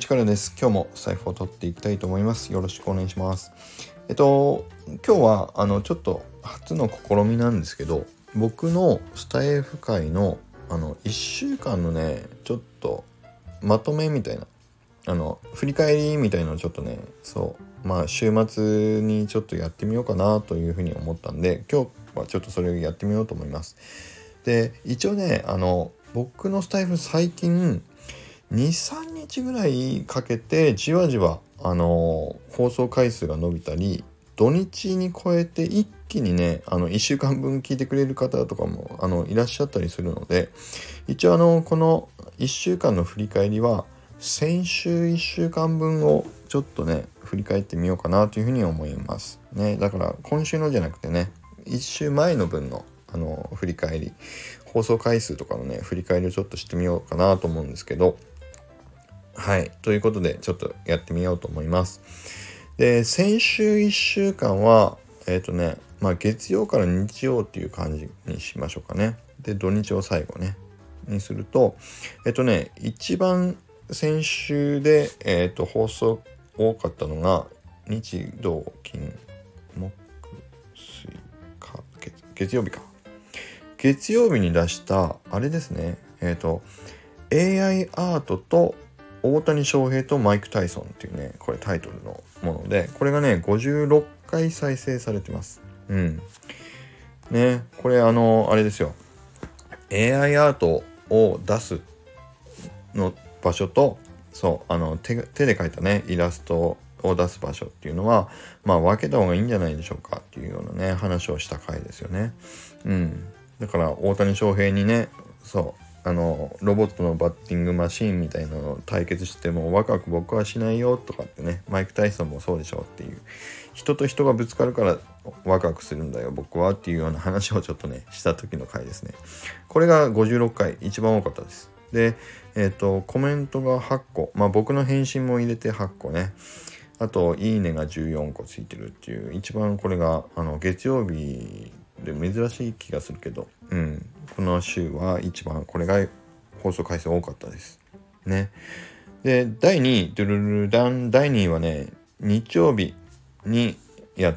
市からです。今日も財布を取っていきたいと思います。よろしくお願いします。今日はちょっと初の試みなんですけど、僕のスタイフ界の1週間のね、ちょっとまとめみたいな振り返りみたいなのをちょっとね、週末にちょっとやってみようかなというふうに思ったんで、今日はちょっとそれをやってみようと思います。で、一応ね、僕のスタイフ最近2、3日ぐらいかけてじわじわ放送回数が伸びたり、土日に超えて一気にね1週間分聞いてくれる方とかもいらっしゃったりするので、一応この1週間の振り返りは先週1週間分をちょっとね振り返ってみようかなというふうに思いますね。だから今週のじゃなくてね、1週前の分の振り返り、放送回数とかのね振り返りをちょっとしてみようかなと思うんですけど、はい、ということでちょっとやってみようと思います。で、先週1週間は月曜から日曜っていう感じにしましょうかね。で、土日を最後ねにすると、一番先週で放送多かったのが日土金木水火月曜日か。月曜日に出したあれですね、AI アートと大谷翔平とマイク・タイソンっていうね、これタイトルのもので、これがね56回再生されてます。ね、これあれですよ、 AI アートを出すの場所と、手で描いたねイラストを出す場所っていうのは分けた方がいいんじゃないでしょうかっていうようなね話をした回ですよね。だから大谷翔平にね、ロボットのバッティングマシーンみたいなのを対決してもワクワク僕はしないよとかってね、マイク・タイソンもそうでしょっていう、人と人がぶつかるからワクワクするんだよ僕はっていうような話をちょっとねした時の回ですね。これが56回一番多かったです。で、コメントが8個、僕の返信も入れて8個ね、あといいねが14個ついてるっていう、一番これが月曜日で珍しい気がするけど、この週は一番これが放送回数多かったですね。で、第2位ドゥルルダン、第2位はね日曜日に出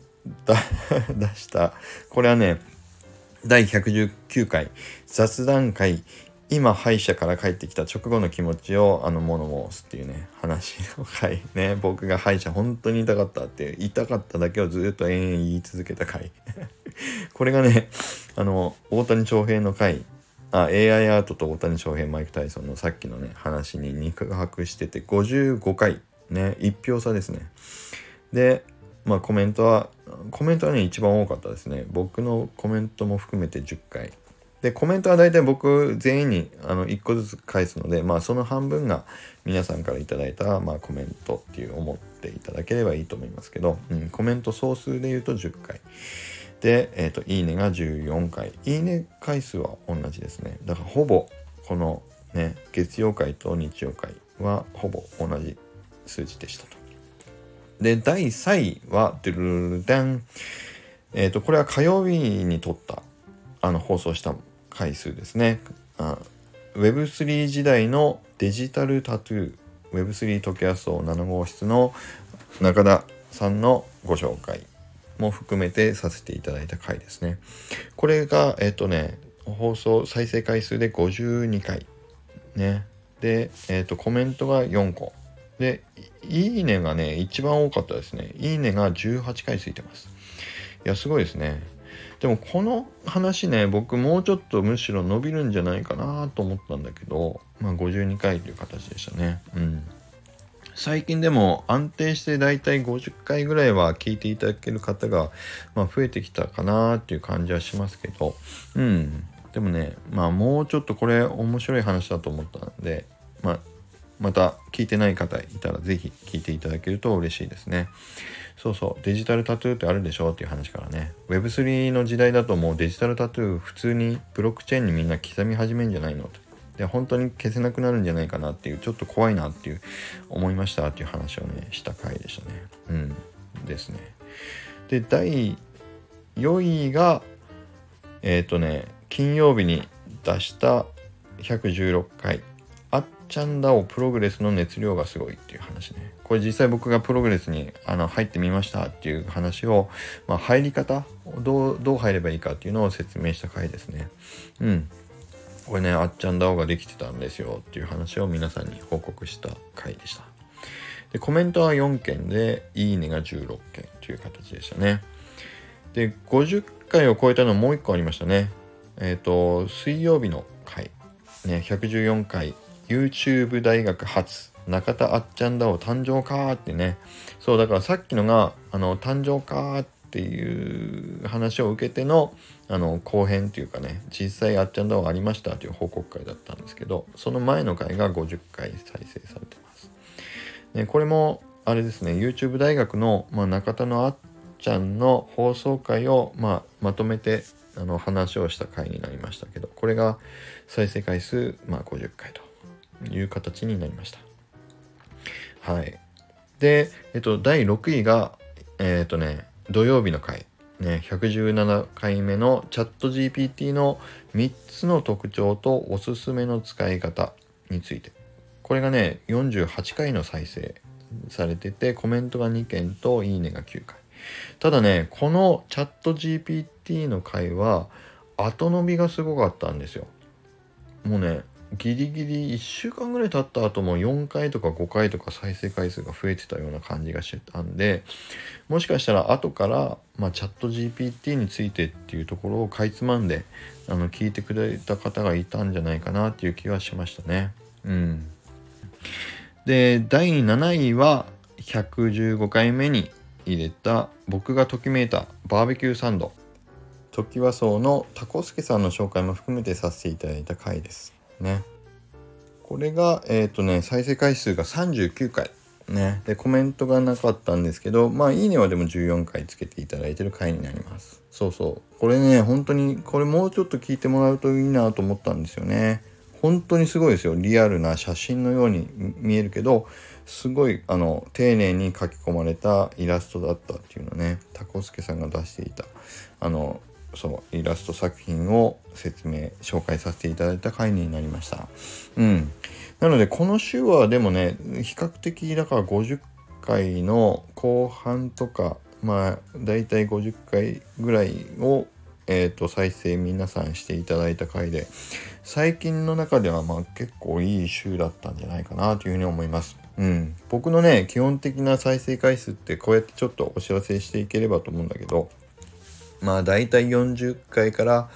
したこれはね、第119回雑談会、今歯医者から帰ってきた直後の気持ちを物申すっていうね話の回ね。僕が歯医者本当に痛かったって、痛かっただけをずっと延々言い続けた回これがね大谷翔平の回、AI アートと大谷翔平マイク・タイソンのさっきのね話に肉薄してて55回ね、1票差ですね。でコメントはね一番多かったですね。僕のコメントも含めて10回で、コメントはだいたい僕全員に1個ずつ返すので、その半分が皆さんからいただいたコメントっていう思っていただければいいと思いますけど、コメント総数で言うと10回で、いいねが14回、いいね回数は同じですね。だからほぼこのね月曜回と日曜回はほぼ同じ数字でしたと。で、第3位はドゥルルダン、これは火曜日に撮った放送した回数ですね。Web3 時代のデジタルタトゥー Web3 トキャスト7号室の中田さんのご紹介も含めてさせていただいた回ですね。これが放送再生回数で52回ね。で、コメントが4個で、いいねがね一番多かったですね。いいねが18回ついてます。いや、すごいですね。でもこの話ね、僕もうちょっとむしろ伸びるんじゃないかなと思ったんだけど、52回という形でしたね。最近でも安定してだいたい50回ぐらいは聞いていただける方が、増えてきたかなっていう感じはしますけど、でもね、もうちょっとこれ面白い話だと思ったので、また聞いてない方いたらぜひ聞いていただけると嬉しいですね。デジタルタトゥーってあるでしょっていう話からね、 Web3 の時代だともうデジタルタトゥー普通にブロックチェーンにみんな刻み始めるんじゃないのと、で本当に消せなくなるんじゃないかなっていう、ちょっと怖いなっていう思いましたっていう話をねした回でしたね。ですね。で、第4位が金曜日に出した116回合っちゃんだおプログレスの熱量がすごいっていう話ね。これ実際僕がプログレスに入ってみましたっていう話を、入り方どう入ればいいかっていうのを説明した回ですね。これね、あっちゃんだおができてたんですよっていう話を皆さんに報告した回でした。で、コメントは4件でいいねが16件という形でしたね。で、50回を超えたのもう1個ありましたね。水曜日の回ね、114回 YouTube 大学発中田あっちゃんだお誕生かーってね。そうだからさっきのが誕生かーっていう話を受けての後編っていうかね、実際あっちゃんだおありましたという報告会だったんですけど、その前の回が50回再生されてます、ね。これもあれですね、 YouTube 大学の、中田のあっちゃんの放送回を、まとめて話をした回になりましたけど、これが再生回数、50回という形になりました。はい。で、第6位が土曜日の回ね、117回目のチャット GPT の3つの特徴とおすすめの使い方について、これがね48回の再生されてて、コメントが2件といいねが9回。ただね、このチャット GPT の回は後伸びがすごかったんですよ。もうね、ギリギリ1週間ぐらい経った後も4回とか5回とか再生回数が増えてたような感じがしてたんで、もしかしたら後から、チャット GPT についてっていうところをかいつまんで聞いてくれた方がいたんじゃないかなっていう気はしましたね。で、第7位は115回目に入れた僕がときめいたバーベキューサンド、トキワ荘のタコスケさんの紹介も含めてさせていただいた回ですね。これが再生回数が39回ね。で、コメントがなかったんですけど、いいねはでも14回つけていただいてる回になります。これね、本当にこれもうちょっと聞いてもらうといいなと思ったんですよね。本当にすごいですよ。リアルな写真のように見えるけど、すごい丁寧に書き込まれたイラストだったっていうのね、タコスケさんが出していたイラスト作品を紹介させていただいた回になりました。なのでこの週はでもね、比較的だから50回の後半とかだいたい50回ぐらいを再生皆さんしていただいた回で、最近の中では結構いい週だったんじゃないかなというふうに思います。僕のね基本的な再生回数ってこうやってちょっとお知らせしていければと思うんだけど、だいたい40回から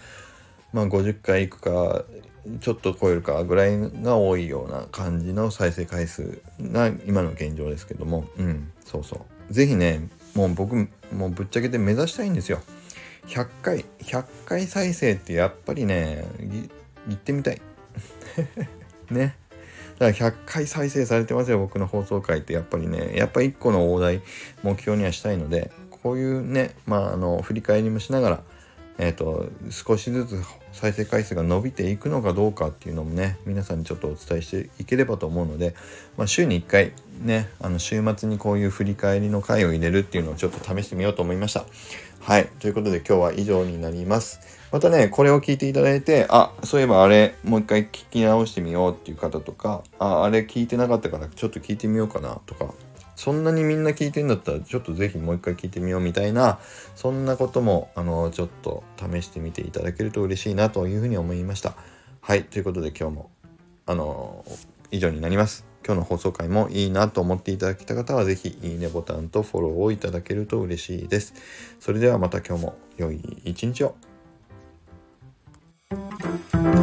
50回いくかちょっと超えるかぐらいが多いような感じの再生回数が今の現状ですけども、ぜひね、僕もぶっちゃけて目指したいんですよ。100回再生ってやっぱりね言ってみたいね。だから100回再生されてますよ、僕の放送回って。やっぱり1個の大台目標にはしたいので、こういうね振り返りもしながら少しずつ再生回数が伸びていくのかどうかっていうのもね、皆さんにちょっとお伝えしていければと思うので、週に1回ね週末にこういう振り返りの回を入れるっていうのをちょっと試してみようと思いました。はい、ということで今日は以上になります。またねこれを聞いていただいて、そういえばあれもう一回聞き直してみようっていう方とか、あれ聞いてなかったからちょっと聞いてみようかなとか、そんなにみんな聞いてんだったらちょっとぜひもう一回聞いてみようみたいな、そんなこともちょっと試してみていただけると嬉しいなというふうに思いました。はい、ということで今日も以上になります。今日の放送回もいいなと思っていただけた方はぜひいいねボタンとフォローをいただけると嬉しいです。それではまた今日も良い一日を。